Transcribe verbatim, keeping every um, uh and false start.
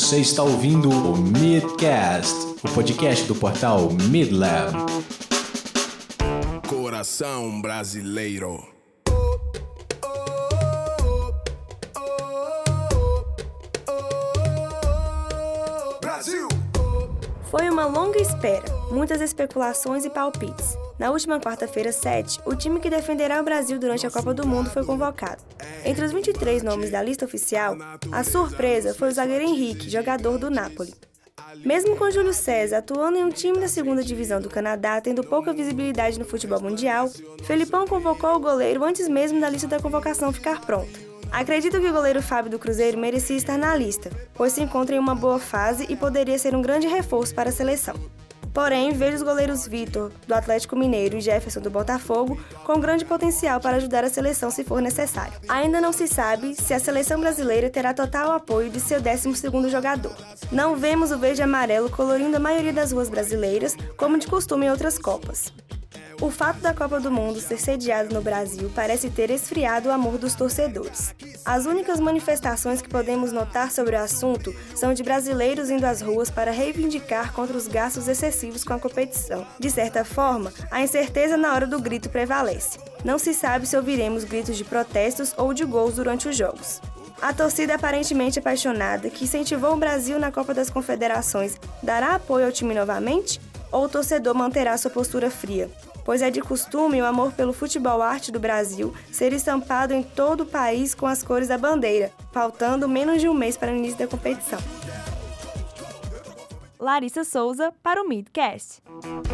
Você está ouvindo o Midcast, o podcast do portal Midlab. Coração brasileiro. Brasil! Foi uma longa espera, muitas especulações e palpites. Na última quarta-feira, sete, o time que defenderá o Brasil durante a Copa do Mundo foi convocado. Entre os vinte e três nomes da lista oficial, a surpresa foi o zagueiro Henrique, jogador do Napoli. Mesmo com Júlio César atuando em um time da segunda divisão do Canadá, tendo pouca visibilidade no futebol mundial, Felipão convocou o goleiro antes mesmo da lista da convocação ficar pronta. Acredito que o goleiro Fábio do Cruzeiro merecia estar na lista, pois se encontra em uma boa fase e poderia ser um grande reforço para a seleção. Porém, vejo os goleiros Vitor, do Atlético Mineiro, e Jefferson, do Botafogo, com grande potencial para ajudar a seleção se for necessário. Ainda não se sabe se a seleção brasileira terá total apoio de seu décimo segundo jogador. Não vemos o verde e amarelo colorindo a maioria das ruas brasileiras, como de costume em outras Copas. O fato da Copa do Mundo ser sediada no Brasil parece ter esfriado o amor dos torcedores. As únicas manifestações que podemos notar sobre o assunto são de brasileiros indo às ruas para reivindicar contra os gastos excessivos com a competição. De certa forma, a incerteza na hora do grito prevalece. Não se sabe se ouviremos gritos de protestos ou de gols durante os jogos. A torcida aparentemente apaixonada, que incentivou o Brasil na Copa das Confederações, dará apoio ao time novamente? Ou o torcedor manterá sua postura fria? Pois é de costume o amor pelo futebol arte do Brasil ser estampado em todo o país com as cores da bandeira, faltando menos de um mês para o início da competição. Larissa Souza para o Midcast.